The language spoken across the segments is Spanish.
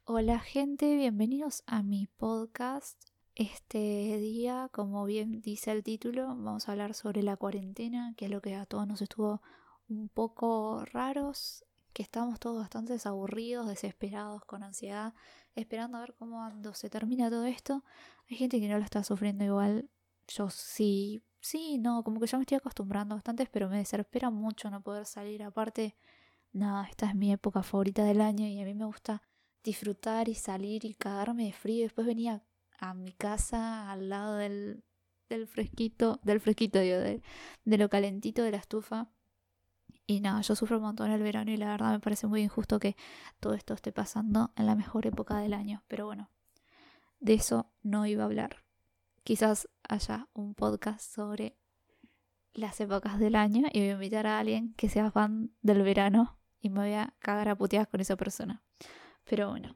Hola gente, bienvenidos a mi podcast. Este día, como bien dice el título, vamos a hablar sobre la cuarentena, que es lo que a todos nos estuvo un poco raros, que estamos todos bastante aburridos, desesperados, con ansiedad, esperando a ver cuando se termina todo esto. Hay gente que no lo está sufriendo igual, yo sí, no, como que ya me estoy acostumbrando bastante, pero me desespera mucho no poder salir. Aparte, nada, esta es mi época favorita del año y a mí me gusta disfrutar y salir y cagarme de frío. Después venía a mi casa al lado del fresquito, digo, de lo calentito de la estufa. Y nada, yo sufro un montón el verano y la verdad me parece muy injusto que todo esto esté pasando en la mejor época del año. Pero bueno, de eso no iba a hablar. Quizás haya un podcast sobre las épocas del año y voy a invitar a alguien que sea fan del verano y me voy a cagar a puteadas con esa persona. Pero bueno,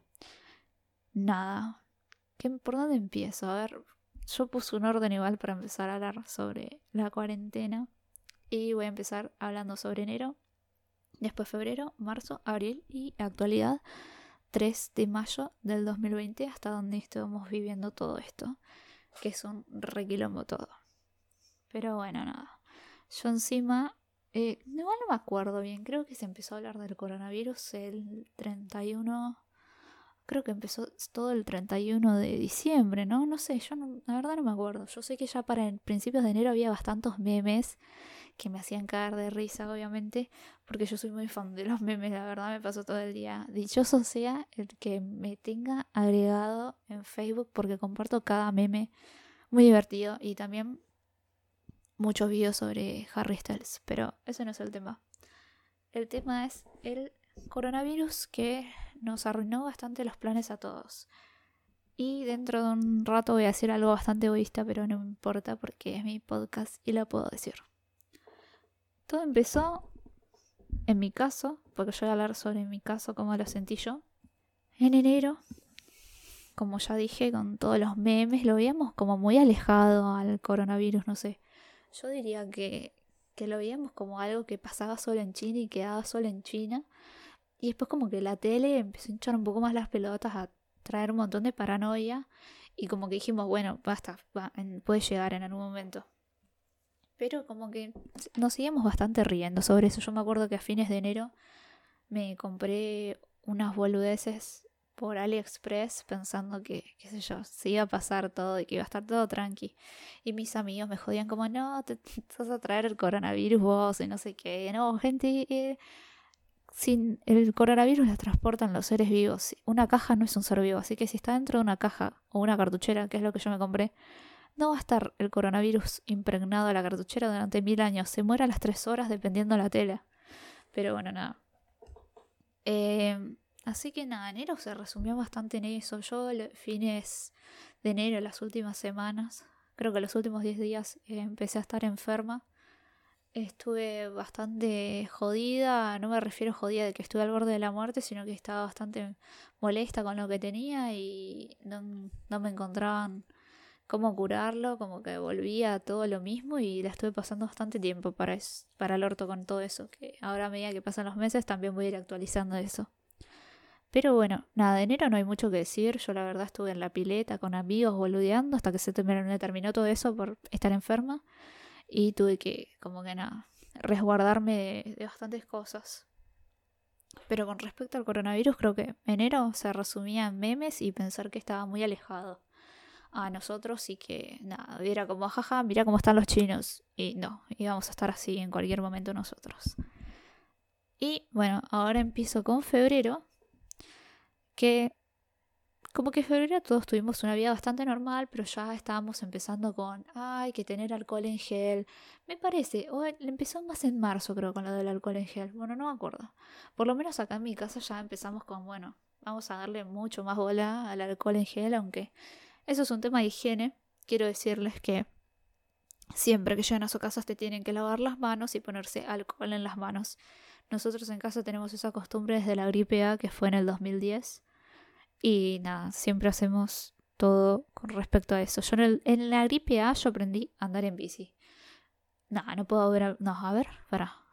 nada. ¿Por dónde empiezo? A ver, yo puse un orden igual para empezar a hablar sobre la cuarentena. Y voy a empezar hablando sobre enero, después febrero, marzo, abril y actualidad 3 de mayo del 2020 hasta donde estamos viviendo todo esto, que es un requilombo todo. Pero bueno, nada. Yo encima, igual no me acuerdo bien, creo que se empezó a hablar del coronavirus el 31. Creo que empezó todo el 31 de diciembre, ¿no? No sé, la verdad no me acuerdo. Yo sé que ya para principios de enero había bastantes memes que me hacían caer de risa, obviamente, porque yo soy muy fan de los memes, la verdad me pasó todo el día. Dichoso sea el que me tenga agregado en Facebook porque comparto cada meme muy divertido y también muchos videos sobre Harry Styles, pero ese no es el tema. El tema es el coronavirus que nos arruinó bastante los planes a todos. Y dentro de un rato voy a decir algo bastante egoísta, pero no me importa porque es mi podcast y lo puedo decir. Todo empezó en mi caso, porque yo voy a hablar sobre mi caso, cómo lo sentí yo. En enero, como ya dije, con todos los memes, lo veíamos como muy alejado al coronavirus, no sé. Yo diría que lo veíamos como algo que pasaba solo en China y quedaba solo en China. Y después como que la tele empezó a hinchar un poco más las pelotas, a traer un montón de paranoia. Y como que dijimos, bueno, basta, puede llegar en algún momento. Pero como que nos seguíamos bastante riendo sobre eso. Yo me acuerdo que a fines de enero me compré unas boludeces por AliExpress pensando que, qué sé yo, se iba a pasar todo y que iba a estar todo tranqui. Y mis amigos me jodían como, no, te vas a traer el coronavirus vos y no sé qué. No, gente, sin el coronavirus lo transportan los seres vivos. Una caja no es un ser vivo, así que si está dentro de una caja o una cartuchera, que es lo que yo me compré, no va a estar el coronavirus impregnado a la cartuchera durante 1000 años. Se muere a las 3 horas dependiendo de la tela. Pero bueno, nada. Así que nada, enero se resumió bastante en eso. Yo fines de enero, las últimas semanas, creo que los últimos 10 días, empecé a estar enferma. Estuve bastante jodida, no me refiero jodida de que estuve al borde de la muerte, sino que estaba bastante molesta con lo que tenía y no me encontraban cómo curarlo, como que volvía a todo lo mismo y la estuve pasando bastante tiempo para el orto con todo eso, que ahora a medida que pasan los meses también voy a ir actualizando eso. Pero bueno, nada, de enero no hay mucho que decir, yo la verdad estuve en la pileta con amigos boludeando hasta que me terminó todo eso por estar enferma y tuve que, como que nada, resguardarme de bastantes cosas. Pero con respecto al coronavirus, creo que enero se resumía en memes y pensar que estaba muy alejado a nosotros y que nada, era como jaja, mira cómo están los chinos. Y no, íbamos a estar así en cualquier momento nosotros. Y bueno, ahora empiezo con febrero, que como que en febrero todos tuvimos una vida bastante normal, pero ya estábamos empezando con, hay que tener alcohol en gel. Me parece, o empezó más en marzo creo con lo del alcohol en gel. Bueno, no me acuerdo. Por lo menos acá en mi casa ya empezamos con, bueno, vamos a darle mucho más bola al alcohol en gel, aunque eso es un tema de higiene. Quiero decirles que siempre que lleguen a su casa te tienen que lavar las manos y ponerse alcohol en las manos. Nosotros en casa tenemos esa costumbre desde la gripe A que fue en el 2010. Y nada, siempre hacemos todo con respecto a eso. Yo en la gripe A yo aprendí a andar en bici. Nada, no puedo ver... No, a ver, pará.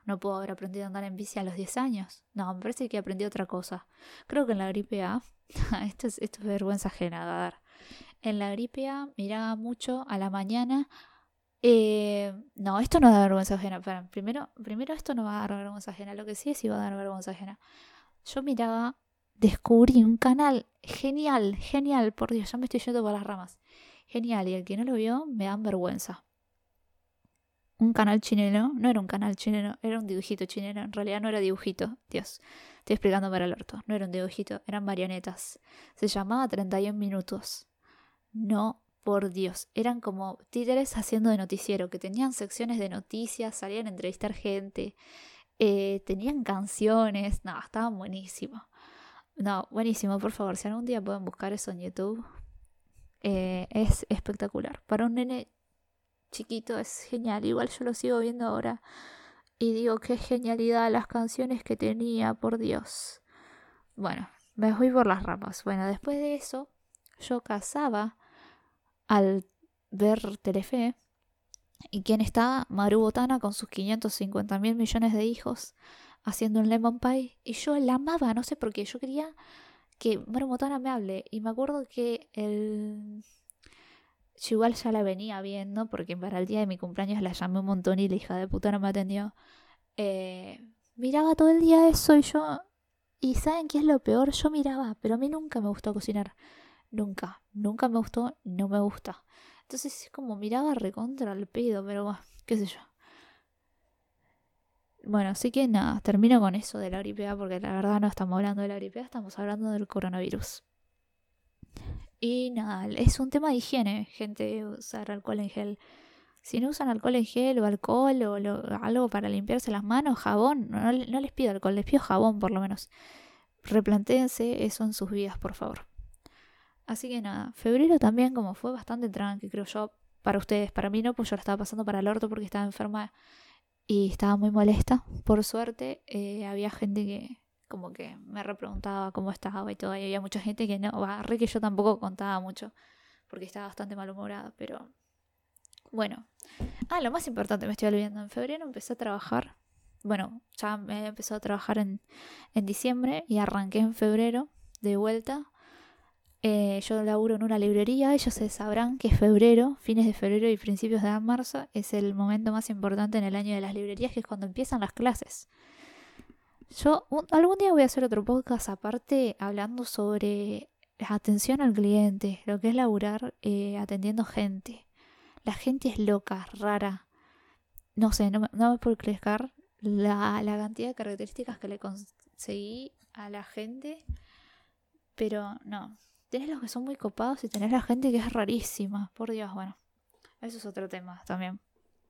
no puedo haber aprendido a andar en bici a los 10 años. No, me parece que aprendí otra cosa. Creo que en la gripe A, esto es vergüenza ajena, a ver. En la gripe A miraba mucho a la mañana. No, esto no da vergüenza ajena. Espera, primero esto no va a dar vergüenza ajena. Lo que sí es si va a dar vergüenza ajena. Yo descubrí un canal genial, por Dios, ya me estoy yendo por las ramas. Genial, y el que no lo vio me dan vergüenza. Un canal chileno, no era un canal chileno, era un dibujito chileno. En realidad no era dibujito, Dios, estoy explicando para el orto. No era un dibujito, eran marionetas. Se llamaba 31 minutos. No, por Dios, eran como títeres haciendo de noticiero, que tenían secciones de noticias, salían a entrevistar gente, tenían canciones, no, estaban buenísimos. No, buenísimo, por favor, si algún día pueden buscar eso en YouTube, es espectacular. Para un nene chiquito es genial, igual yo lo sigo viendo ahora y digo qué genialidad las canciones que tenía, por Dios. Bueno, me fui por las ramas. Bueno, después de eso, yo cazaba al ver Telefe, y quién estaba, Maru Botana con sus 550.000 millones de hijos haciendo un lemon pie, y yo la amaba, no sé por qué, yo quería que Maru Botana me hable, y me acuerdo que yo igual ya la venía viendo, porque para el día de mi cumpleaños la llamé un montón y la hija de puta no me atendió. Miraba todo el día eso y ¿saben qué es lo peor? Yo miraba, pero a mí nunca me gustó cocinar. Nunca me gustó, no me gusta. Entonces es como miraba recontra al pedo, pero bueno, qué sé yo. Bueno, así que nada, termino con eso de la gripe A, porque la verdad no estamos hablando de la gripe A, estamos hablando del coronavirus. Y nada, es un tema de higiene, gente, usar alcohol en gel. Si no usan alcohol en gel o alcohol o algo para limpiarse las manos, jabón, no les pido alcohol, les pido jabón por lo menos. Replantéense eso en sus vidas, por favor. Así que nada, febrero también como fue bastante tranqui, creo yo, para ustedes. Para mí no, pues yo la estaba pasando para el orto porque estaba enferma y estaba muy molesta. Por suerte, había gente que como que me repreguntaba cómo estaba y todo. Y había mucha gente que no, que yo tampoco contaba mucho porque estaba bastante malhumorada, pero bueno. Lo más importante, me estoy olvidando. En febrero empecé a trabajar. Bueno, ya me empezó a trabajar en diciembre y arranqué en febrero de vuelta. Yo laburo en una librería. Ellos se sabrán que febrero, fines de febrero y principios de marzo, es el momento más importante en el año de las librerías, que es cuando empiezan las clases. Yo algún día voy a hacer otro podcast aparte hablando sobre atención al cliente, lo que es laburar atendiendo gente. La gente es loca, rara. No sé, no me puedo explicar la cantidad de características que le conseguí a la gente. Pero no, tenés los que son muy copados y tenés la gente que es rarísima. Por Dios, bueno, eso es otro tema también.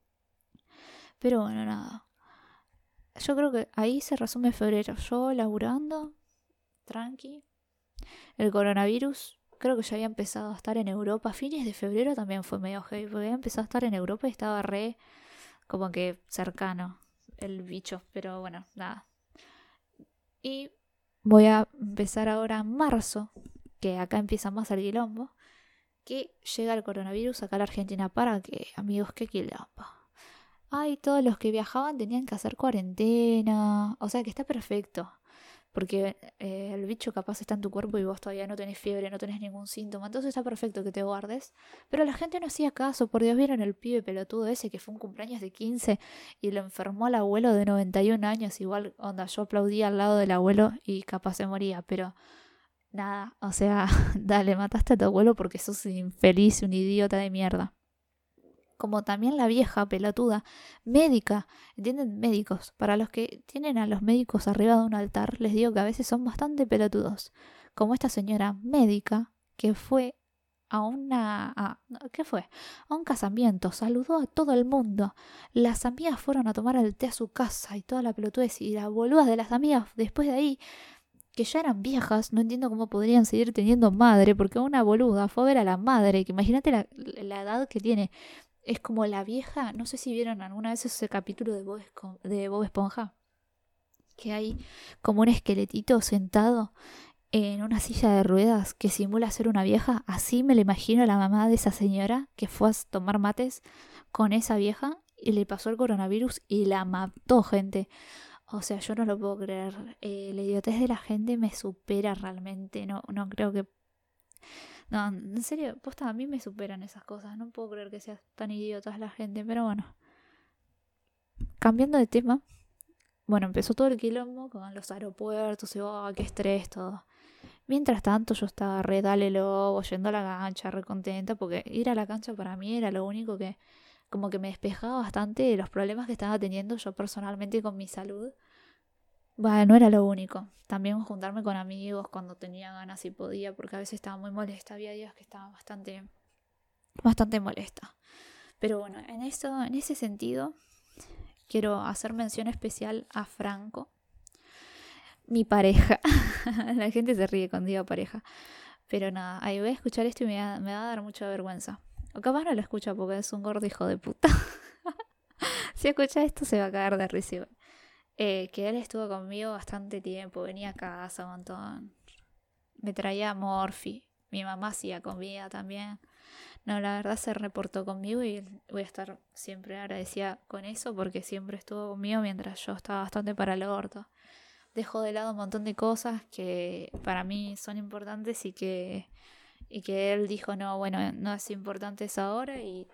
Pero bueno, nada. Yo creo que ahí se resume febrero. Yo laburando, tranqui. El coronavirus, creo que ya había empezado a estar en Europa. Fines de febrero también fue medio heavy, porque había empezado a estar en Europa y estaba re como que cercano el bicho. Pero bueno, nada. Y voy a empezar ahora en marzo, que acá empieza más el quilombo, que llega el coronavirus acá a la Argentina. ¿Para qué, amigos? ¿Qué quilombo? Todos los que viajaban tenían que hacer cuarentena. O sea que está perfecto. Porque el bicho capaz está en tu cuerpo y vos todavía no tenés fiebre, no tenés ningún síntoma. Entonces está perfecto que te guardes. Pero la gente no hacía caso. Por Dios, vieron el pibe pelotudo ese que fue un cumpleaños de 15 y lo enfermó al abuelo de 91 años. Igual, onda, yo aplaudía al lado del abuelo y capaz se moría. Pero nada, o sea, dale, mataste a tu abuelo porque sos infeliz, un idiota de mierda. Como también la vieja pelotuda, médica, ¿entienden? Médicos. Para los que tienen a los médicos arriba de un altar, les digo que a veces son bastante pelotudos. Como esta señora médica que fue ¿qué fue? A un casamiento, saludó a todo el mundo. Las amigas fueron a tomar el té a su casa y toda la pelotudez. Y las boludas de las amigas, después de ahí, que ya eran viejas, no entiendo cómo podrían seguir teniendo madre, porque una boluda fue a ver a la madre, que imagínate la edad que tiene. Es como la vieja, no sé si vieron alguna vez ese capítulo de Bob Esponja, que hay como un esqueletito sentado en una silla de ruedas que simula ser una vieja. Así me lo imagino a la mamá de esa señora que fue a tomar mates con esa vieja y le pasó el coronavirus y la mató, gente. O sea, yo no lo puedo creer. La idiotez de la gente me supera realmente. No creo que... No, en serio, posta, a mí me superan esas cosas. No puedo creer que sea tan idiotas la gente, pero bueno. Cambiando de tema. Bueno, empezó todo el quilombo con los aeropuertos y qué estrés, todo. Mientras tanto yo estaba re dale lobo, yendo a la cancha, re contenta, porque ir a la cancha para mí era lo único que como que me despejaba bastante de los problemas que estaba teniendo yo personalmente con mi salud. Bueno, no era lo único. También juntarme con amigos cuando tenía ganas y podía, porque a veces estaba muy molesta. Había días que estaba bastante molesta. Pero bueno, en ese sentido, quiero hacer mención especial a Franco, mi pareja. La gente se ríe cuando digo pareja. Pero nada, ahí voy a escuchar esto y me va a dar mucha vergüenza. O capaz no lo escucha porque es un gordo hijo de puta. Si escucha esto se va a caer de risa igual. Que él estuvo conmigo bastante tiempo, venía a casa un montón. Me traía morfi. Mi mamá hacía comida también. No, la verdad se reportó conmigo y voy a estar siempre agradecida con eso porque siempre estuvo conmigo mientras yo estaba bastante para el orto. Dejó de lado un montón de cosas que para mí son importantes y que él dijo, no, bueno, no es importante eso ahora y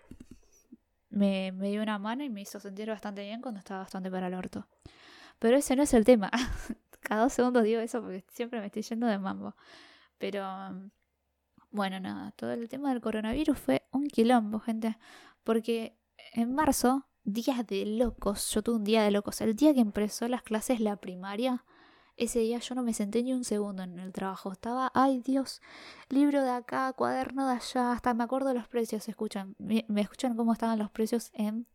me dio una mano y me hizo sentir bastante bien cuando estaba bastante para el orto. Pero ese no es el tema. Cada 2 segundos digo eso porque siempre me estoy yendo de mambo. Pero bueno, nada, todo el tema del coronavirus fue un quilombo, gente. Porque en marzo, días de locos, yo tuve un día de locos. El día que empezó las clases la primaria, ese día yo no me senté ni un segundo en el trabajo. Estaba, ay Dios, libro de acá, cuaderno de allá. Hasta me acuerdo de los precios, escuchan. Me escuchan cómo estaban los precios en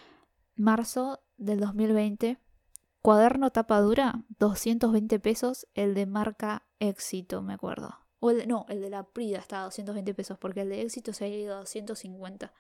marzo del 2020. Cuaderno tapa dura, 220 pesos, el de marca Éxito, me acuerdo. O el de la Prida estaba a 220 pesos, porque el de Éxito se había ido a 250.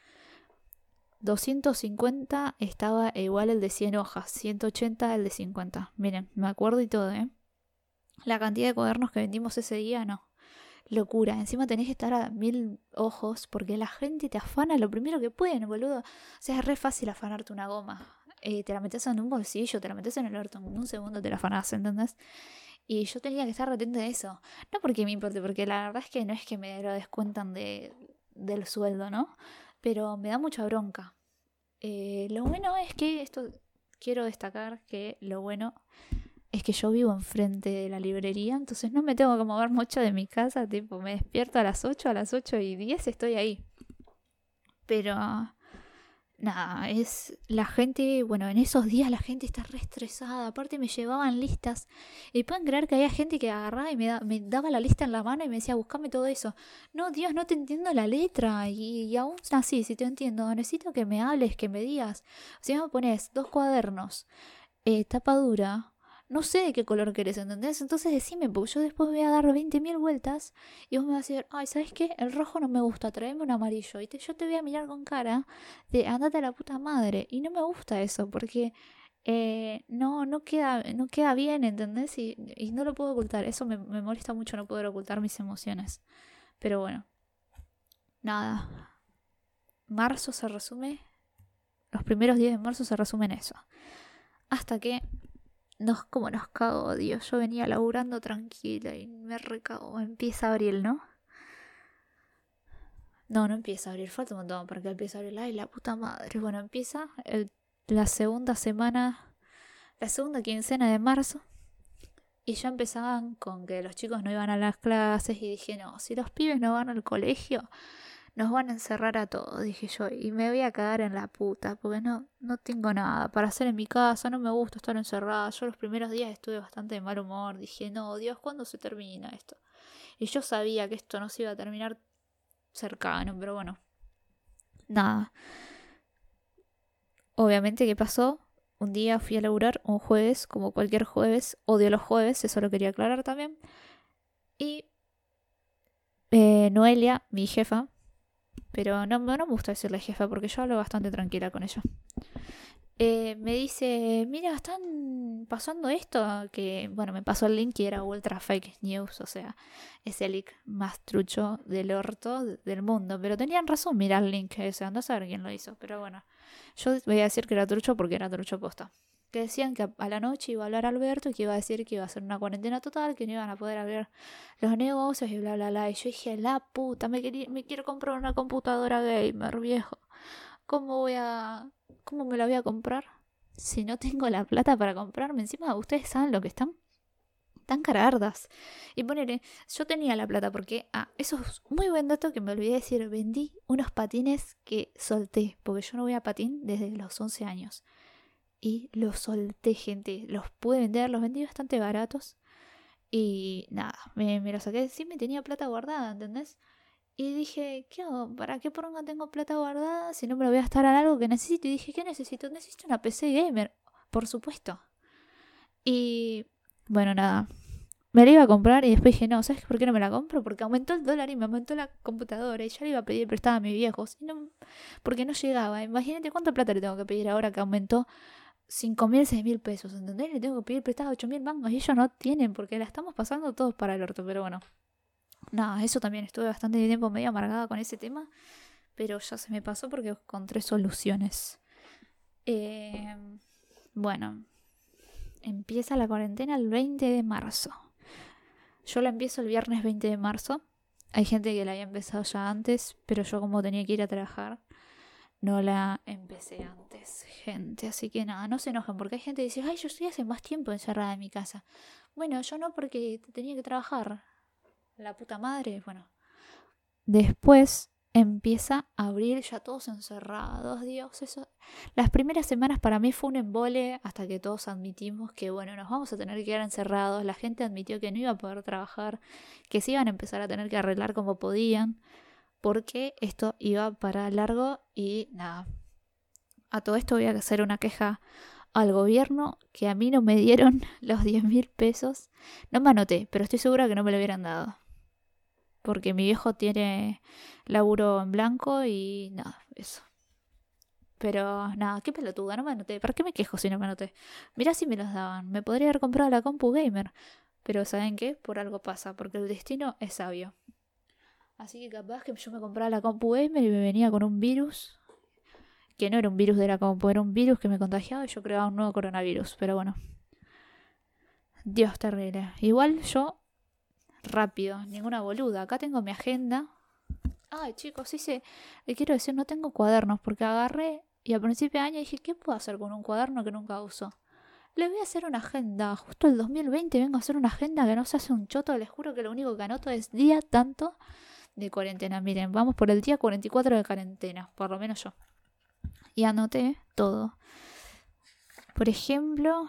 250 estaba igual el de 100 hojas, 180 el de 50. Miren, me acuerdo y todo, ¿eh? La cantidad de cuadernos que vendimos ese día, no. Locura, encima tenés que estar a 1000 ojos, porque la gente te afana lo primero que pueden, boludo. O sea, es re fácil afanarte una goma. Te la metes en un bolsillo, te la metes en el orto, en un segundo te la afanás, ¿entendés? Y yo tenía que estar atenta de eso. No porque me importe, porque la verdad es que no es que me lo descuentan del sueldo, ¿no? Pero me da mucha bronca. Lo bueno es que esto, quiero destacar que lo bueno es que yo vivo enfrente de la librería, entonces no me tengo que mover mucho de mi casa, tipo, me despierto a las 8:10 estoy ahí. Pero nada, es la gente, bueno, en esos días la gente está re estresada. Aparte me llevaban listas. Y pueden creer que había gente que agarraba y me daba la lista en la mano y me decía, buscame todo eso. No, Dios, no te entiendo la letra. Y aún así, si te entiendo, necesito que me hables, que me digas. Si me pones 2 cuadernos, tapa dura, no sé de qué color querés, ¿entendés? Entonces decime, porque yo después voy a dar 20.000 vueltas y vos me vas a decir, ay, ¿sabes qué? El rojo no me gusta, tráeme un amarillo. Y yo te voy a mirar con cara de andate a la puta madre. Y no me gusta eso, porque no queda bien, ¿entendés? Y no lo puedo ocultar. Eso me molesta mucho no poder ocultar mis emociones. Pero bueno, nada. Marzo se resume, los primeros días de marzo se resumen en eso. Hasta que como nos cago, Dios. Yo venía laburando tranquila y me recago. Empieza abril, ¿no? No empieza abril. Falta un montón para que empiece abril. Ay, la puta madre. Bueno, empieza la segunda semana, la segunda quincena de marzo. Y ya empezaban con que los chicos no iban a las clases. Y dije, no, si los pibes no van al colegio, nos van a encerrar a todos, dije yo, y me voy a cagar en la puta, porque no tengo nada para hacer en mi casa, no me gusta estar encerrada. Yo los primeros días estuve bastante de mal humor, dije, no, Dios, ¿cuándo se termina esto? Y yo sabía que esto no se iba a terminar cercano, pero bueno, nada. Obviamente, ¿qué pasó? Un día fui a laburar, un jueves, como cualquier jueves, odio los jueves, eso lo quería aclarar también. Y Noelia, mi jefa, pero no me gusta decirle jefa porque yo hablo bastante tranquila con ella. Me dice, mira, están pasando esto, que bueno, me pasó el link y era ultra fake news, o sea, es el link más trucho del orto del mundo, pero tenían razón, mira el link, o sea, no saber quién lo hizo, pero bueno, Yo voy a decir que era trucho porque era trucho posta. Que decían que a la noche iba a hablar Alberto y que iba a decir que iba a ser una cuarentena total, que no iban a poder abrir los negocios y bla bla bla. Y yo dije, la puta, me quiero comprar una computadora gamer, viejo. ¿Cómo me la voy a comprar si no tengo la plata para comprarme? Encima, ustedes saben lo que están tan carardas. Y ponele, yo tenía la plata porque, eso es muy buen dato que me olvidé de decir, vendí unos patines que solté, porque yo no voy a patín desde los 11 años. Y los solté, gente, los pude vender, los vendí bastante baratos. Y nada, me los saqué, sí me tenía plata guardada, ¿entendés? Y dije, ¿qué hago? ¿Para qué poronga tengo plata guardada si no me lo voy a gastar en algo que necesito? Y dije, ¿qué necesito? Necesito una PC gamer, por supuesto. Y bueno, nada, me la iba a comprar y después dije, no, ¿sabes por qué no me la compro? Porque aumentó el dólar y me aumentó la computadora y ya le iba a pedir prestada a mis viejos. Y no, porque no llegaba. Imagínate cuánta plata le tengo que pedir ahora que aumentó 5.000, 6.000 pesos, ¿entendés? Le tengo que pedir prestada 8.000 mangos y ellos no tienen porque la estamos pasando todos para el orto, pero bueno. Nada, eso también estuve bastante tiempo medio amargada con ese tema, pero ya se me pasó porque encontré soluciones. Bueno, empieza la cuarentena el 20 de marzo. Yo la empiezo el viernes 20 de marzo. Hay gente que la había empezado ya antes, pero yo como tenía que ir a trabajar, no la empecé antes, gente. Así que nada, no se enojen porque hay gente que dice, ay, yo estoy hace más tiempo encerrada en mi casa. Bueno, yo no porque tenía que trabajar. La puta madre, bueno. Después empieza a abrir ya todos encerrados, Dios, eso. Las primeras semanas para mí fue un embole hasta que todos admitimos que, bueno, nos vamos a tener que quedar encerrados. La gente admitió que no iba a poder trabajar, que se iban a empezar a tener que arreglar como podían, porque esto iba para largo y nada. A todo esto voy a hacer una queja al gobierno que a mí no me dieron los 10.000 pesos. No me anoté, pero estoy segura que no me lo hubieran dado. Porque mi viejo tiene laburo en blanco y nada, eso. Pero nada, qué pelotuda, no me anoté. ¿Para qué me quejo si no me anoté? Mirá si me los daban. Me podría haber comprado la compu gamer. Pero ¿saben qué? Por algo pasa, porque el destino es sabio. Así que capaz que yo me compraba la compu gamer y me venía con un virus. Que no era un virus de la compu, era un virus que me contagiaba y yo creaba un nuevo coronavirus. Pero bueno. Dios terrible. Igual yo, rápido, ninguna boluda. Acá tengo mi agenda. Ay, chicos, le quiero decir, no tengo cuadernos porque agarré y a principio de año dije, ¿qué puedo hacer con un cuaderno que nunca uso? Le voy a hacer una agenda. Justo el 2020 vengo a hacer una agenda que no se hace un choto. Les juro que lo único que anoto es día tanto de cuarentena. Miren, vamos por el día 44 de cuarentena, por lo menos yo. Y anoté todo. Por ejemplo,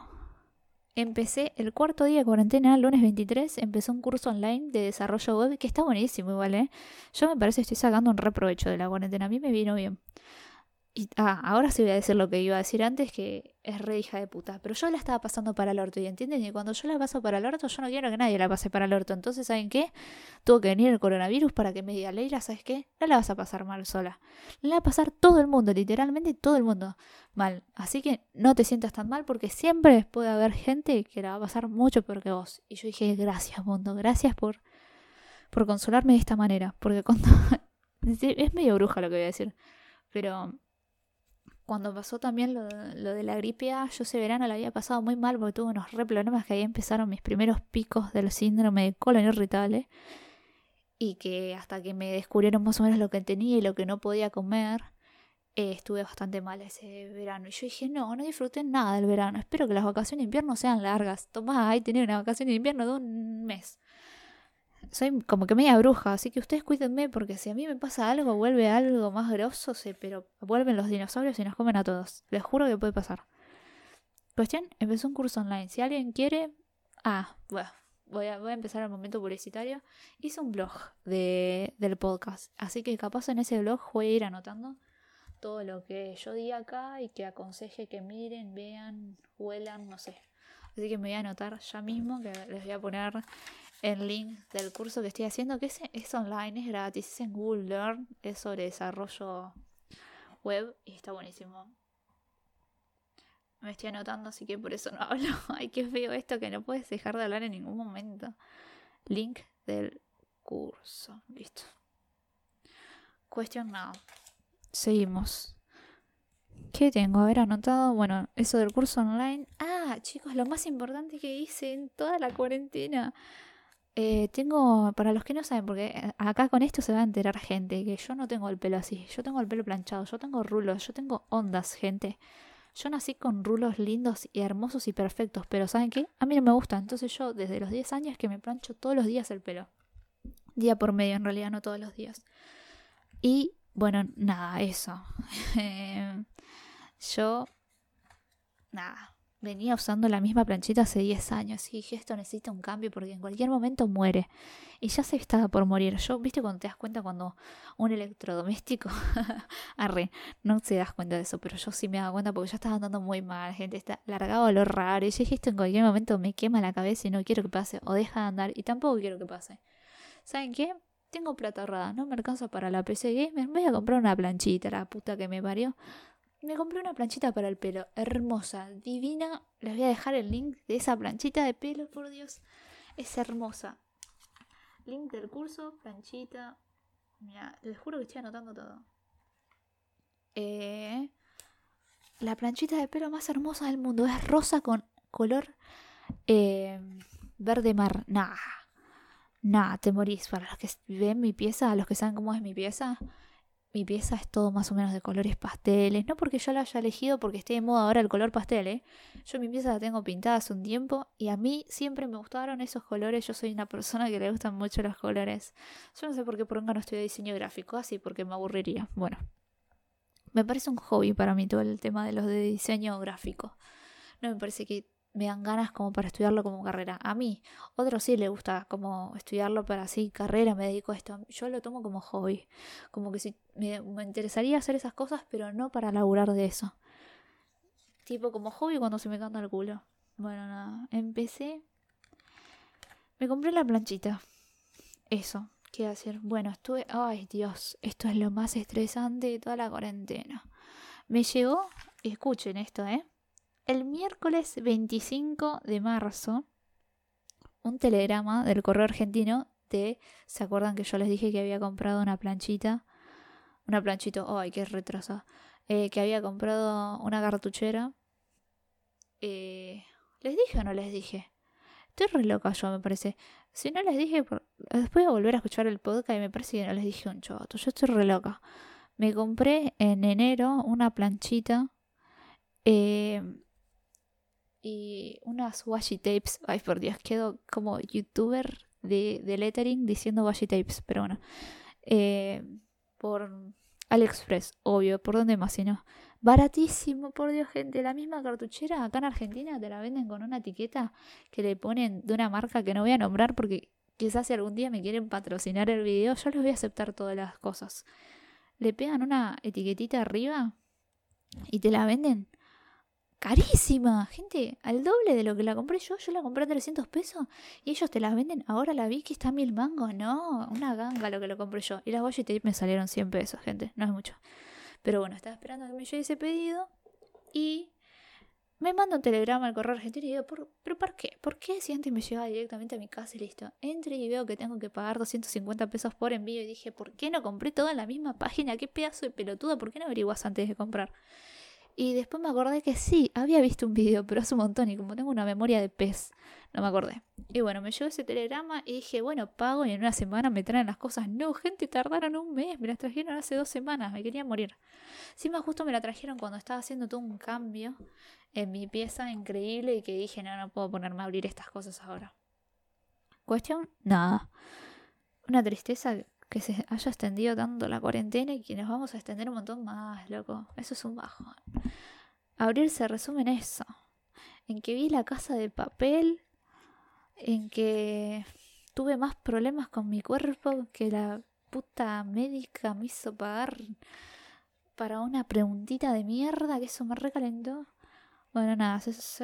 empecé el cuarto día de cuarentena, lunes 23, empecé un curso online de desarrollo web que está buenísimo igual, ¿eh? Yo me parece que estoy sacando un reprovecho de la cuarentena, a mí me vino bien. Y ahora sí voy a decir lo que iba a decir antes, que es re hija de puta. Pero yo la estaba pasando para el orto, y entienden que cuando yo la paso para el orto, yo no quiero que nadie la pase para el orto. Entonces, ¿saben qué? Tuvo que venir el coronavirus para que me diga, Leila, ¿sabes qué? No la vas a pasar mal sola. La va a pasar todo el mundo, literalmente todo el mundo mal. Así que no te sientas tan mal porque siempre puede haber gente que la va a pasar mucho peor que vos. Y yo dije, gracias, mundo, gracias por consolarme de esta manera. Porque cuando... es medio bruja lo que voy a decir. Pero... cuando pasó también lo de la gripe A, yo ese verano la había pasado muy mal porque tuve unos re problemas que ahí empezaron mis primeros picos del síndrome de colon irritable y que hasta que me descubrieron más o menos lo que tenía y lo que no podía comer, estuve bastante mal ese verano. Y yo dije, no disfruté nada del verano, espero que las vacaciones de invierno sean largas. Tomá, ahí tenía una vacación de invierno de un mes. Soy como que media bruja, así que ustedes cuídenme porque si a mí me pasa algo, vuelve algo más grosso, pero vuelven los dinosaurios y nos comen a todos. Les juro que puede pasar. Cuestión, empezó un curso online. Si alguien quiere... bueno, voy a empezar el momento publicitario. Hice un blog del podcast, así que capaz en ese blog voy a ir anotando todo lo que yo di acá y que aconseje que miren, vean, huelan, no sé. Así que me voy a anotar ya mismo, que les voy a poner el link del curso que estoy haciendo, que es online, es gratis, es en Google Learn, es sobre desarrollo web y está buenísimo. Me estoy anotando, así que por eso no hablo. Ay, qué feo esto, que no puedes dejar de hablar en ningún momento. Link del curso, listo. Cuestionado. Seguimos. ¿Qué tengo? A ver, anotado. Bueno, eso del curso online. Ah, chicos, lo más importante que hice en toda la cuarentena. Tengo, para los que no saben, porque acá con esto se va a enterar gente, que yo no tengo el pelo así. Yo tengo el pelo planchado, yo tengo rulos, yo tengo ondas, gente. Yo nací con rulos lindos y hermosos y perfectos, pero ¿saben qué? A mí no me gusta. Entonces yo desde los 10 años que me plancho todos los días el pelo. Día por medio, en realidad, no todos los días. Y bueno, nada, eso. Yo, nada, venía usando la misma planchita hace 10 años y dije, esto necesita un cambio porque en cualquier momento muere. Y ya se estaba por morir. Yo, ¿viste cuando te das cuenta cuando un electrodoméstico... Arre, no se das cuenta de eso, pero yo sí me daba cuenta porque ya estaba andando muy mal, gente, está largado a lo raro. Y yo dije, esto en cualquier momento me quema la cabeza y no quiero que pase. O deja de andar y tampoco quiero que pase. ¿Saben qué? Tengo plata ahorrada, no me alcanza para la PC Gamer, me voy a comprar una planchita, la puta que me parió. Me compré una planchita para el pelo, hermosa, divina. Les voy a dejar el link de esa planchita de pelo, por Dios. Es hermosa. Link del curso, planchita. Mira, les juro que estoy anotando todo. La planchita de pelo más hermosa del mundo. Es rosa con color verde mar. Nah, te morís. Para los que ven mi pieza, a los que saben cómo es mi pieza es todo más o menos de colores pasteles. No porque yo la haya elegido porque esté de moda ahora el color pastel, ¿eh? Yo mi pieza la tengo pintada hace un tiempo y a mí siempre me gustaron esos colores. Yo soy una persona que le gustan mucho los colores. Yo no sé por qué por no estudio diseño gráfico, así porque me aburriría. Bueno, me parece un hobby para mí todo el tema de los de diseño gráfico. No me parece que me dan ganas como para estudiarlo como carrera. A mí, otros sí le gusta como estudiarlo para así carrera, me dedico a esto. Yo lo tomo como hobby. Como que si me interesaría hacer esas cosas, pero no para laburar de eso. Tipo como hobby cuando se me canta el culo. Bueno, nada, empecé. Me compré la planchita. Eso, ¿qué hacer? Bueno, estuve... Ay, Dios, esto es lo más estresante de toda la cuarentena. Me llegó, escuchen esto, el miércoles 25 de marzo, un telegrama del correo argentino de... ¿Se acuerdan que yo les dije que había comprado una planchita? Una planchita, ay, qué retrasada. Que había comprado una cartuchera. ¿Les dije o no les dije? Estoy re loca yo, me parece. Si no les dije, después voy a volver a escuchar el podcast y me parece que no les dije un choto. Yo estoy re loca. Me compré en enero una planchita y unas washi tapes. Ay, por Dios, quedo como youtuber de lettering diciendo washi tapes. Pero bueno, por AliExpress, obvio. ¿Por dónde más si no? Baratísimo, por Dios, gente. La misma cartuchera acá en Argentina te la venden con una etiqueta que le ponen de una marca que no voy a nombrar porque quizás si algún día me quieren patrocinar el video, yo les voy a aceptar todas las cosas. Le pegan una etiquetita arriba y te la venden carísima, gente, al doble de lo que la compré yo. Yo la compré a 300 pesos y ellos te las venden. Ahora la vi que está a 1000 mangos. No, una ganga lo que lo compré yo. Y las washi tape me salieron 100 pesos, gente, no es mucho. Pero bueno, estaba esperando que me llegue ese pedido y me manda un telegrama al correo argentino y digo, ¿pero por qué? ¿Por qué si antes me llegaba directamente a mi casa y listo? Entré y veo que tengo que pagar 250 pesos por envío y dije, ¿por qué no compré todo en la misma página? ¿Qué pedazo de pelotuda? ¿Por qué no averiguas antes de comprar? Y después me acordé que sí, había visto un video, pero hace un montón y como tengo una memoria de pez, no me acordé. Y bueno, me llegó ese telegrama y dije, bueno, pago y en una semana me traen las cosas. No, gente, tardaron un mes, me las trajeron hace 2 semanas, me quería morir. Encima justo me la trajeron cuando estaba haciendo todo un cambio en mi pieza increíble y que dije, no puedo ponerme a abrir estas cosas ahora. Cuestión, nada. Una tristeza que se haya extendido tanto la cuarentena y que nos vamos a extender un montón más, loco. Eso es un bajón. Abril se resume en eso. En que vi La Casa de Papel. En que tuve más problemas con mi cuerpo que la puta médica me hizo pagar para una preguntita de mierda que eso me recalentó. Bueno, nada,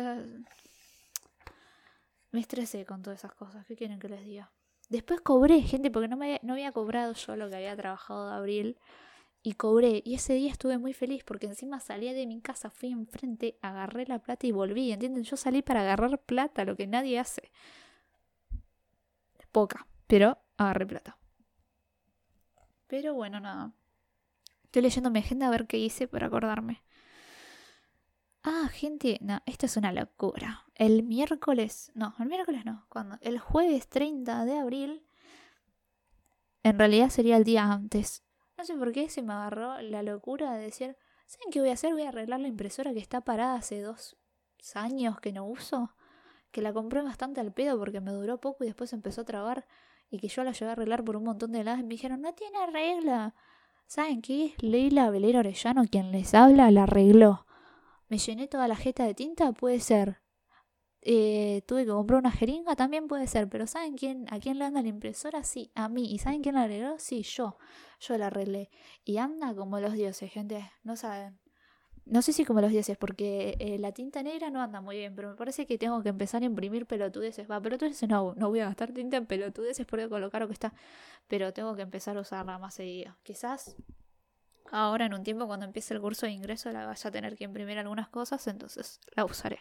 me estresé con todas esas cosas. ¿Qué quieren que les diga? Después cobré, gente, porque no había cobrado yo lo que había trabajado de abril. Y cobré. Y ese día estuve muy feliz porque encima salí de mi casa, fui enfrente, agarré la plata y volví. ¿Entienden? Yo salí para agarrar plata, lo que nadie hace. Poca, pero agarré plata. Pero bueno, nada. Estoy leyendo mi agenda a ver qué hice para acordarme. Gente, no, esto es una locura. El miércoles no, cuando el jueves 30 de abril, en realidad sería el día antes. No sé por qué se me agarró la locura de decir, ¿saben qué voy a hacer? Voy a arreglar la impresora que está parada hace 2 años que no uso, que la compré bastante al pedo porque me duró poco y después empezó a trabar y que yo la llevé a arreglar por un montón de lados y me dijeron, no tiene regla. ¿Saben qué? Leila Velero Orellano, quien les habla, la arregló. Me llené toda la jeta de tinta, puede ser. Tuve que comprar una jeringa, también puede ser. Pero ¿saben a quién le anda la impresora? Sí, a mí. ¿Y saben quién la arregló? Sí, yo. Yo la arreglé. Y anda como los dioses, gente. No saben. No sé si como los dioses, porque la tinta negra no anda muy bien, pero me parece que tengo que empezar a imprimir pelotudeces. Pelotudeces no voy a gastar tinta en pelotudeces porque con lo caro que está. Pero tengo que empezar a usarla más seguido. Quizás ahora en un tiempo cuando empiece el curso de ingreso la vaya a tener que imprimir algunas cosas, entonces la usaré.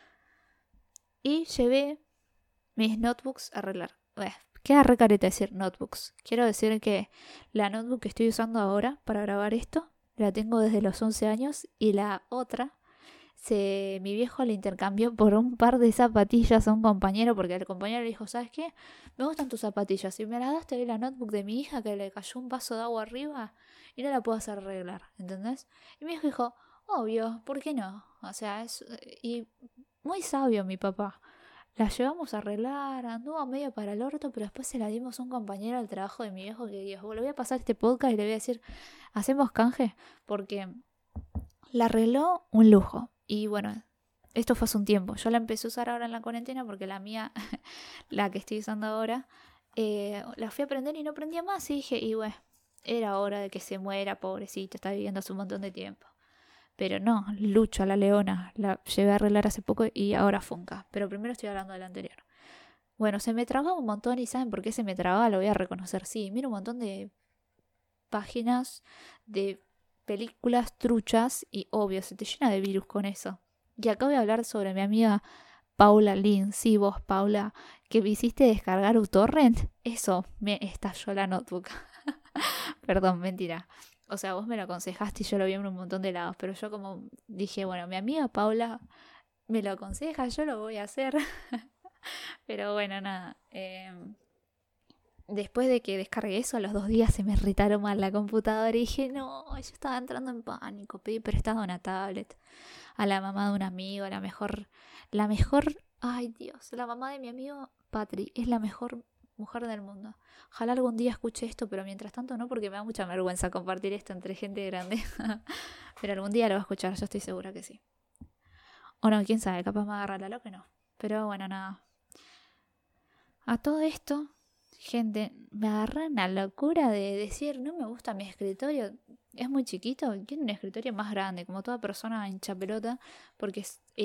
Y llevé mis notebooks a arreglar. Queda re careta decir notebooks. Quiero decir que la notebook que estoy usando ahora para grabar esto la tengo desde los 11 años y la otra mi viejo le intercambió por un par de zapatillas a un compañero porque el compañero le dijo, ¿sabes qué? Me gustan tus zapatillas y me las das, te doy la notebook de mi hija que le cayó un vaso de agua arriba y no la puedo hacer arreglar, ¿entendés? Y mi viejo dijo, obvio, ¿por qué no? O sea, y muy sabio mi papá. La llevamos a arreglar, anduvo medio para el orto, pero después se la dimos a un compañero del trabajo de mi viejo que dijo, le voy a pasar este podcast y le voy a decir, hacemos canje, porque la arregló un lujo. Y bueno, esto fue hace un tiempo. Yo la empecé a usar ahora en la cuarentena porque la mía, la que estoy usando ahora, la fui a prender y no prendía más. Y dije, y bueno, era hora de que se muera, pobrecito, está viviendo hace un montón de tiempo. Pero no, Lucho, la leona, la llevé a arreglar hace poco y ahora funca. Pero primero estoy hablando del anterior. Bueno, se me trababa un montón y ¿saben por qué se me trababa? Lo voy a reconocer. Sí, miro un montón de páginas de películas truchas y obvio, se te llena de virus con eso. Y acá voy a hablar sobre mi amiga Paula Lin. Sí, vos, Paula, que me hiciste descargar uTorrent. Eso me estalló la notebook. Perdón, mentira. O sea, vos me lo aconsejaste y yo lo vi en un montón de lados. Pero yo como dije, bueno, mi amiga Paula me lo aconseja, yo lo voy a hacer. Pero bueno, nada. Después de que descargué eso, a los 2 días se me irritaron mal la computadora y dije, no, yo estaba entrando en pánico, pedí prestado una tablet a la mamá de un amigo, la mejor, ay Dios, la mamá de mi amigo Patri, es la mejor mujer del mundo. Ojalá algún día escuche esto, pero mientras tanto no, porque me da mucha vergüenza compartir esto entre gente grande. Pero algún día lo va a escuchar, yo estoy segura que sí. O no, quién sabe, capaz me agarra la loca, no. Pero bueno, nada. A todo esto, gente, me agarré una locura de decir, no me gusta mi escritorio, es muy chiquito, quiero un escritorio más grande, como toda persona hincha pelota, porque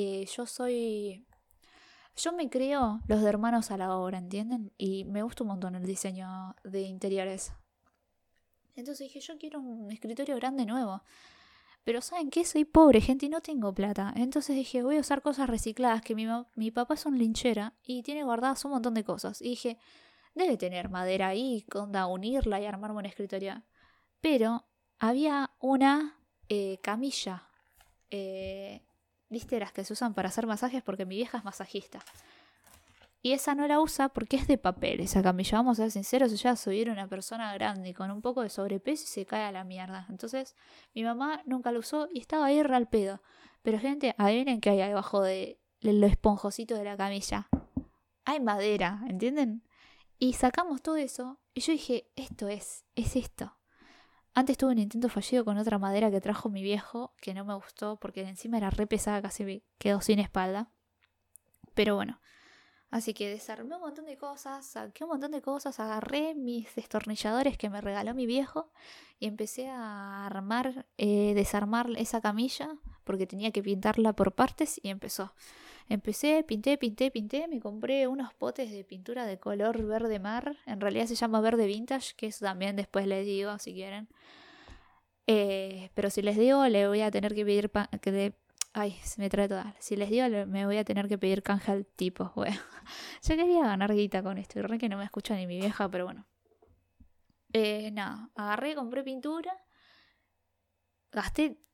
yo me creo los de hermanos a la obra, ¿entienden? Y me gusta un montón el diseño de interiores. Entonces dije, yo quiero un escritorio grande nuevo. Pero ¿saben qué? Soy pobre, gente, y no tengo plata. Entonces dije, voy a usar cosas recicladas, que mi papá es un linchera y tiene guardadas un montón de cosas. Y dije, debe tener madera ahí, onda, unirla y armarme un escritorio. Pero había una camilla, ¿viste? Las que se usan para hacer masajes porque mi vieja es masajista. Y esa no la usa porque es de papel, esa camilla. Vamos a ser sinceros, ella va a subir una persona grande con un poco de sobrepeso y se cae a la mierda. Entonces, mi mamá nunca la usó y estaba ahí re al pedo. Pero gente, adivinen qué hay debajo de lo esponjosito de la camilla. Hay madera, ¿entienden? Y sacamos todo eso y yo dije, esto es esto. Antes tuve un intento fallido con otra madera que trajo mi viejo, que no me gustó porque encima era re pesada, casi me quedó sin espalda. Pero bueno, así que desarmé un montón de cosas, saqué un montón de cosas, agarré mis destornilladores que me regaló mi viejo y empecé a desarmar esa camilla porque tenía que pintarla por partes y Empecé, pinté, me compré unos potes de pintura de color verde mar, en realidad se llama verde vintage, que eso también después les digo si quieren. Pero si les digo, le voy a tener que pedir ay, se me trae toda. Si les digo, me voy a tener que pedir canje al tipo. Bueno, yo quería ganar guita con esto. Y re que no me escucha ni mi vieja, pero bueno. Nada, compré pintura. Gasté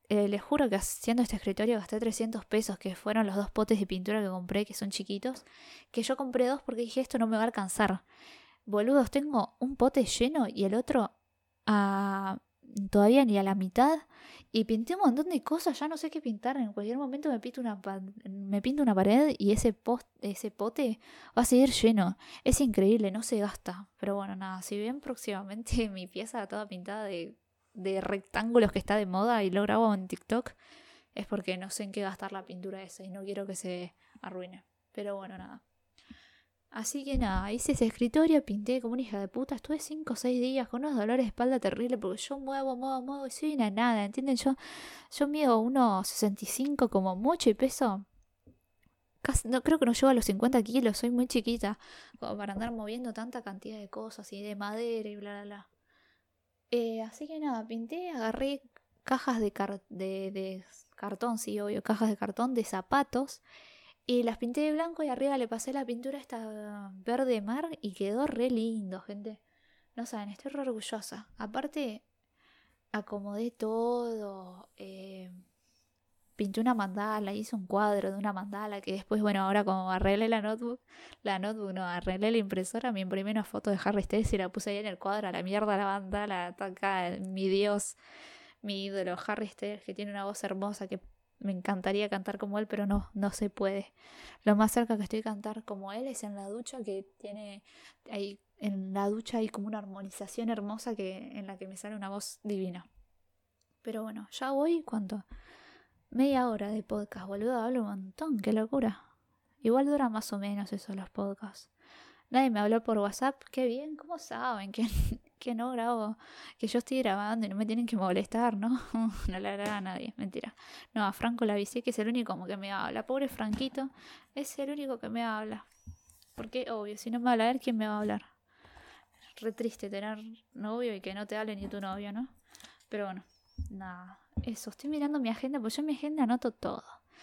les juro que haciendo este escritorio gasté 300 pesos, que fueron los 2 potes de pintura que compré, que son chiquitos, que yo compré 2 porque dije, esto no me va a alcanzar. Boludos, tengo un pote lleno y el otro todavía ni a la mitad. Y pinté un montón de cosas, ya no sé qué pintar. En cualquier momento me pinto una pared y ese pote va a seguir lleno. Es increíble, no se gasta. Pero bueno, nada, si bien próximamente mi pieza toda pintada de rectángulos que está de moda y lo grabo en TikTok, es porque no sé en qué gastar la pintura esa y no quiero que se arruine. Pero bueno, nada. Así que nada, hice ese escritorio, pinté como una hija de puta, estuve 5 o 6 días con unos dolores de espalda terribles porque yo muevo y soy una nada, ¿entienden? Yo mido 1,65 como mucho y peso, casi, no, creo que no llego a los 50 kilos, soy muy chiquita como para andar moviendo tanta cantidad de cosas y de madera y bla bla bla. Así que nada, pinté, agarré cajas de cartón, sí, obvio, cajas de cartón de zapatos. Y las pinté de blanco y arriba le pasé la pintura esta verde mar y quedó re lindo, gente. No saben, estoy re orgullosa. Aparte, acomodé todo. Pinté una mandala, hice un cuadro de una mandala que después, bueno, ahora como arreglé la notebook no, arreglé la impresora, me imprimí una foto de Harry Styles y la puse ahí en el cuadro, a la mierda la mandala, acá, mi dios, mi ídolo, Harry Styles, que tiene una voz hermosa que me encantaría cantar como él, pero no se puede. Lo más cerca que estoy a cantar como él es en la ducha, que tiene ahí, en la ducha hay como una armonización hermosa en la que me sale una voz divina. Pero bueno, ya voy, ¿cuánto? Media hora de podcast, boludo, hablo un montón, qué locura. Igual dura más o menos eso los podcasts. Nadie me habló por WhatsApp, qué bien, ¿cómo saben que no grabo? Que yo estoy grabando y no me tienen que molestar, ¿no? No le agrada a nadie, mentira. No, a Franco la avisé que es el único como que me habla. Pobre Franquito, es el único que me habla. Porque, obvio, si no me habla él, ¿quién me va a hablar? Re triste tener novio y que no te hable ni tu novio, ¿no? Pero bueno, nada. Eso, estoy mirando mi agenda, pues yo en mi agenda anoto todo.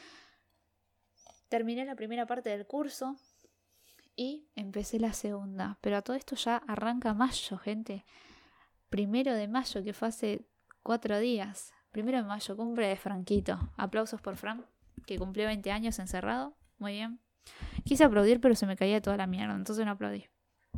Terminé la primera parte del curso y empecé la segunda. Pero a todo esto ya arranca mayo, gente. 1 de mayo, que fue hace 4 días. 1 de mayo, cumple de Franquito. Aplausos por Frank, que cumplió 20 años encerrado. Muy bien. Quise aplaudir, pero se me caía toda la mierda, entonces no aplaudí.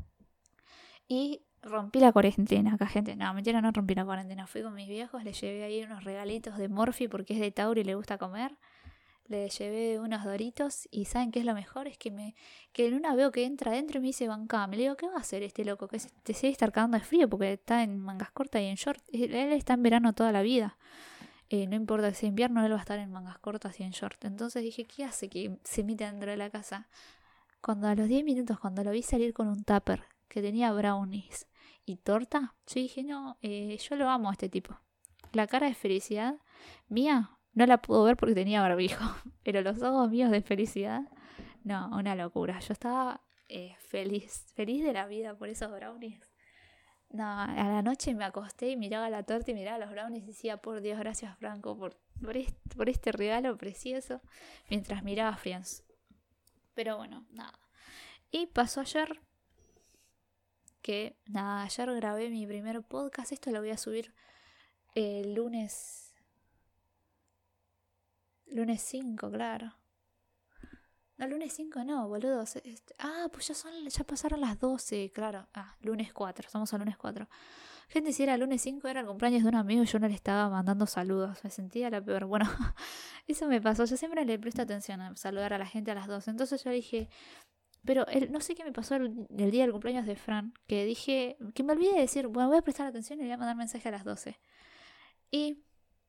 Y rompí la cuarentena acá, gente. No, mentira, no rompí la cuarentena. Fui con mis viejos, les llevé ahí unos regalitos de Morphy porque es de Tauro y le gusta comer. Le llevé unos doritos y ¿saben qué es lo mejor? Es que en una veo que entra adentro y me dice bancame. Le digo, ¿qué va a hacer este loco? Que te sigue estar cagando de frío porque está en mangas cortas y en short. Él está en verano toda la vida. No importa que sea invierno, él va a estar en mangas cortas y en short. Entonces dije, ¿qué hace que se mete dentro de la casa? Cuando a los 10 minutos, cuando lo vi salir con un tupper que tenía brownies y torta, yo dije, no, yo lo amo a este tipo. La cara de felicidad mía no la puedo ver porque tenía barbijo, pero los ojos míos de felicidad, no, una locura. Yo estaba feliz de la vida por esos brownies. No, a la noche me acosté y miraba la torta y miraba los brownies y decía, por Dios, gracias Franco por este regalo precioso, mientras miraba Friends. Pero bueno, nada. Y pasó ayer, ayer grabé mi primer podcast. Esto lo voy a subir el lunes 5, claro. No, lunes 5 no, boludo. Pues ya pasaron las 12, claro. Lunes 4, estamos al lunes 4. Gente, si era lunes 5 era el cumpleaños de un amigo y yo no le estaba mandando saludos. Me sentía la peor. Bueno, eso me pasó. Yo siempre le presto atención a saludar a la gente a las 12. Entonces yo dije, pero no sé qué me pasó el día del cumpleaños de Fran, que dije, que me olvidé de decir, bueno, voy a prestar atención y le voy a mandar mensaje a las 12. Y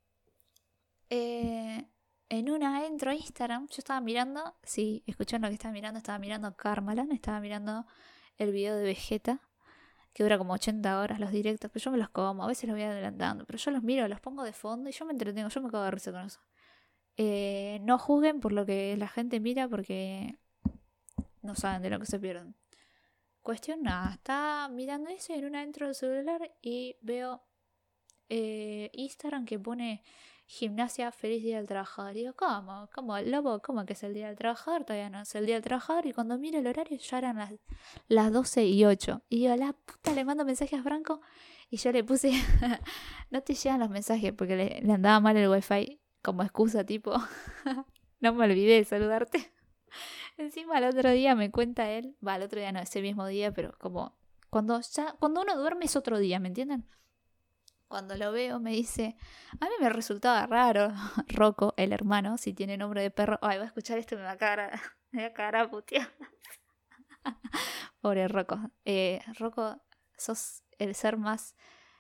en una entro a Instagram, yo estaba mirando, sí, escucharon lo que estaba mirando Karmaland, estaba mirando el video de Vegeta, que dura como 80 horas los directos, pero yo me los como, a veces los voy adelantando, pero yo los miro, los pongo de fondo y yo me entretengo, yo me cago de risa con eso. No juzguen por lo que la gente mira porque no saben de lo que se pierden. Cuestión nada, estaba mirando eso y en una entro del celular y veo Instagram que pone gimnasia, feliz día del trabajador. Y digo, ¿cómo? ¿Cómo, lobo? ¿Cómo que es el día del trabajador? Todavía no es el día del trabajador. Y cuando miro el horario ya eran las 12:08. Y digo, la puta, le mando mensajes a Franco. Y yo le puse, no te llegan los mensajes porque le andaba mal el wifi como excusa, tipo, no me olvidé de saludarte. Encima el otro día me cuenta él, el otro día no, ese mismo día, pero como cuando uno duerme es otro día, ¿me entienden? Cuando lo veo me dice, a mí me resultaba raro, Rocco, el hermano, si tiene nombre de perro, ay, va a escuchar esto y me va a cagar a putear. Pobre Rocco. Rocco, sos el ser más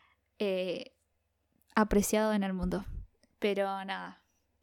apreciado en el mundo. Pero nada,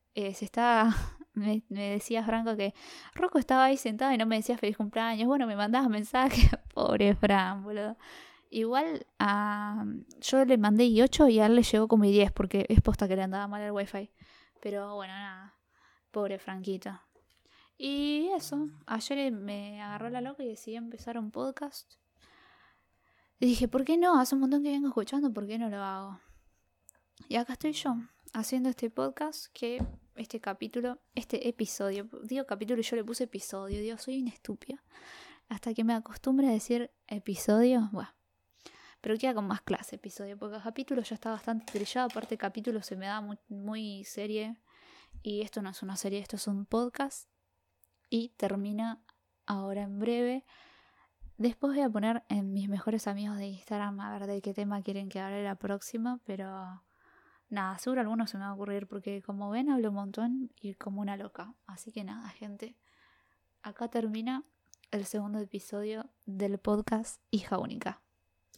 me decía Franco que Rocco estaba ahí sentado y no me decía feliz cumpleaños. Bueno, me mandaba mensajes. Pobre Fran, boludo. Igual yo le mandé i8 y a él le llegó como i10 porque es posta que le andaba mal el wifi. Pero bueno, nada. Pobre Franquito. Y eso, ayer me agarró la loca y decidí empezar un podcast. Y dije, ¿por qué no? Hace un montón que vengo escuchando, ¿por qué no lo hago? Y acá estoy yo, haciendo este podcast este episodio, digo capítulo y yo le puse episodio, digo, soy una estúpida. Hasta que me acostumbre a decir episodio, bueno. Pero queda con más clase episodio, porque el capítulo ya está bastante trillado, aparte capítulo se me da muy, muy serie. Y esto no es una serie, esto es un podcast. Y termina ahora en breve. Después voy a poner en mis mejores amigos de Instagram a ver de qué tema quieren que hable la próxima, pero nada, seguro alguno se me va a ocurrir porque como ven hablo un montón y como una loca. Así que nada, gente, acá termina el segundo episodio del podcast Hija Única.